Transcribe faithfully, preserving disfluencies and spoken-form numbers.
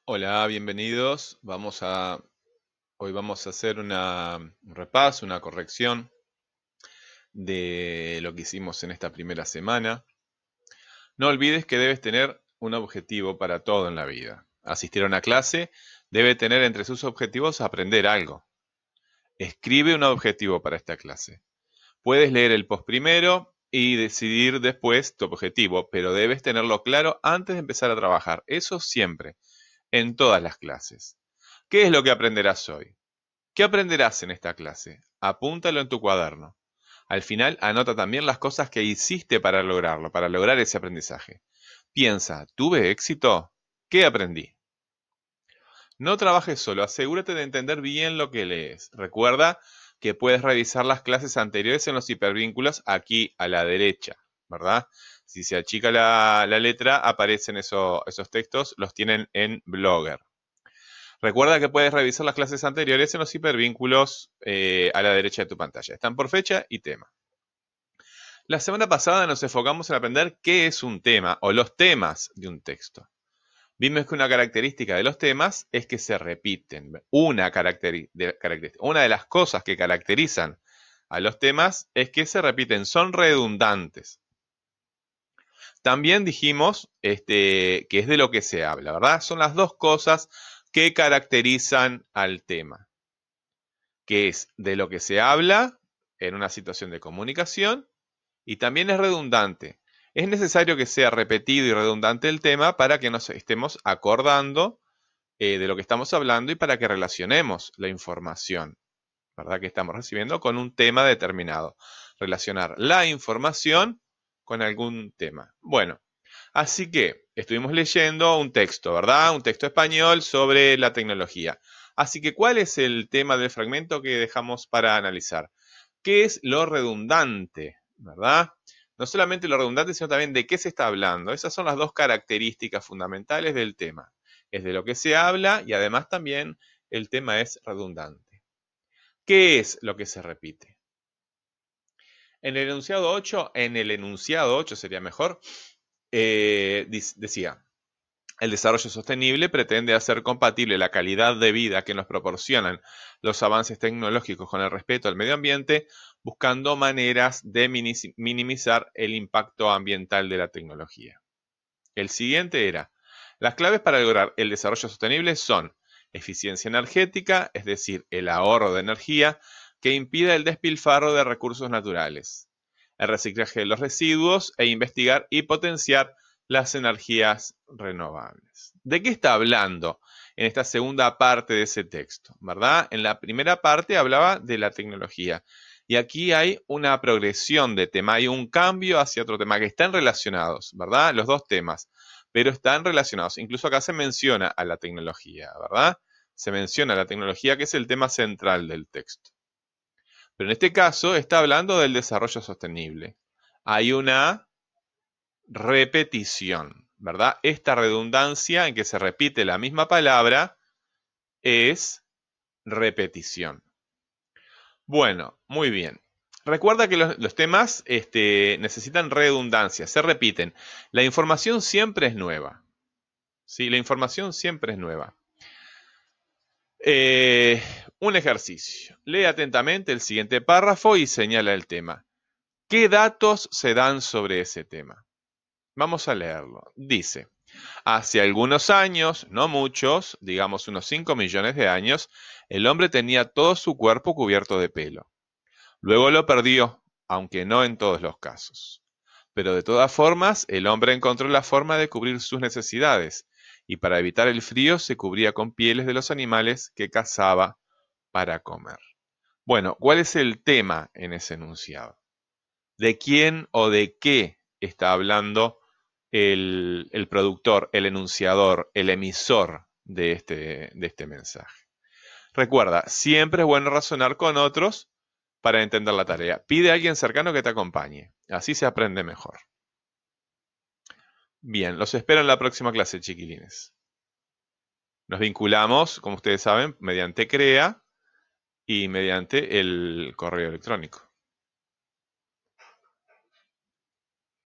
Hola, bienvenidos. Vamos a, hoy vamos a hacer una, un repaso, una corrección de lo que hicimos en esta primera semana. No olvides que debes tener un objetivo para todo en la vida. Asistir a una clase debe tener entre sus objetivos aprender algo. Escribe un objetivo para esta clase. Puedes leer el post primero y decidir después tu objetivo, pero debes tenerlo claro antes de empezar a trabajar. Eso siempre, en todas las clases. ¿Qué es lo que aprenderás hoy? ¿Qué aprenderás en esta clase? Apúntalo en tu cuaderno. Al final, anota también las cosas que hiciste para lograrlo, para lograr ese aprendizaje. Piensa, ¿tuve éxito? ¿Qué aprendí? No trabajes solo, asegúrate de entender bien lo que lees. Recuerda que puedes revisar las clases anteriores en los hipervínculos aquí a la derecha, ¿verdad? Si se achica la, la letra, aparecen eso, esos textos, los tienen en Blogger. Recuerda que puedes revisar las clases anteriores en los hipervínculos eh, a la derecha de tu pantalla. Están por fecha y tema. La semana pasada nos enfocamos en aprender qué es un tema o los temas de un texto. Vimos que una característica de los temas es que se repiten. Una, caracteri de, característica, una de las cosas que caracterizan a los temas es que se repiten, son redundantes. También dijimos este, que es de lo que se habla, ¿verdad? Son las dos cosas que caracterizan al tema, que es de lo que se habla en una situación de comunicación y también es redundante. Es necesario que sea repetido y redundante el tema para que nos estemos acordando eh, de lo que estamos hablando y para que relacionemos la información, ¿verdad?, que estamos recibiendo con un tema determinado. Relacionar la información con algún tema. Bueno, así que estuvimos leyendo un texto, ¿verdad? Un texto español sobre la tecnología. Así que, ¿cuál es el tema del fragmento que dejamos para analizar? ¿Qué es lo redundante, verdad? No solamente lo redundante, sino también de qué se está hablando. Esas son las dos características fundamentales del tema. Es de lo que se habla y además también el tema es redundante. ¿Qué es lo que se repite? En el enunciado ocho, en el enunciado ocho sería mejor, eh, decía, el desarrollo sostenible pretende hacer compatible la calidad de vida que nos proporcionan los avances tecnológicos con el respeto al medio ambiente, buscando maneras de minimizar el impacto ambiental de la tecnología. El siguiente era, las claves para lograr el desarrollo sostenible son eficiencia energética, es decir, el ahorro de energía, que impida el despilfarro de recursos naturales, el reciclaje de los residuos e investigar y potenciar las energías renovables. ¿De qué está hablando en esta segunda parte de ese texto? ¿Verdad? En la primera parte hablaba de la tecnología y aquí hay una progresión de tema, hay un cambio hacia otro tema que están relacionados, ¿verdad? Los dos temas, pero están relacionados. Incluso acá se menciona a la tecnología, ¿verdad? Se menciona a la tecnología que es el tema central del texto. Pero en este caso está hablando del desarrollo sostenible. Hay una repetición, ¿verdad? Esta redundancia en que se repite la misma palabra es repetición. Bueno, muy bien. Recuerda que los, los temas este, necesitan redundancia, se repiten. La información siempre es nueva. ¿Sí? La información siempre es nueva. Eh, un ejercicio. Lee atentamente el siguiente párrafo y señala el tema. ¿Qué datos se dan sobre ese tema? Vamos a leerlo. Dice, hace algunos años, no muchos, digamos unos cinco millones de años, el hombre tenía todo su cuerpo cubierto de pelo. Luego lo perdió, aunque no en todos los casos. Pero de todas formas, el hombre encontró la forma de cubrir sus necesidades, y para evitar el frío se cubría con pieles de los animales que cazaba para comer. Bueno, ¿cuál es el tema en ese enunciado? ¿De quién o de qué está hablando el, el productor, el enunciador, el emisor de este, de este mensaje? Recuerda, siempre es bueno razonar con otros para entender la tarea. Pide a alguien cercano que te acompañe. Así se aprende mejor. Bien, los espero en la próxima clase, chiquilines. Nos vinculamos, como ustedes saben, mediante CREA y mediante el correo electrónico.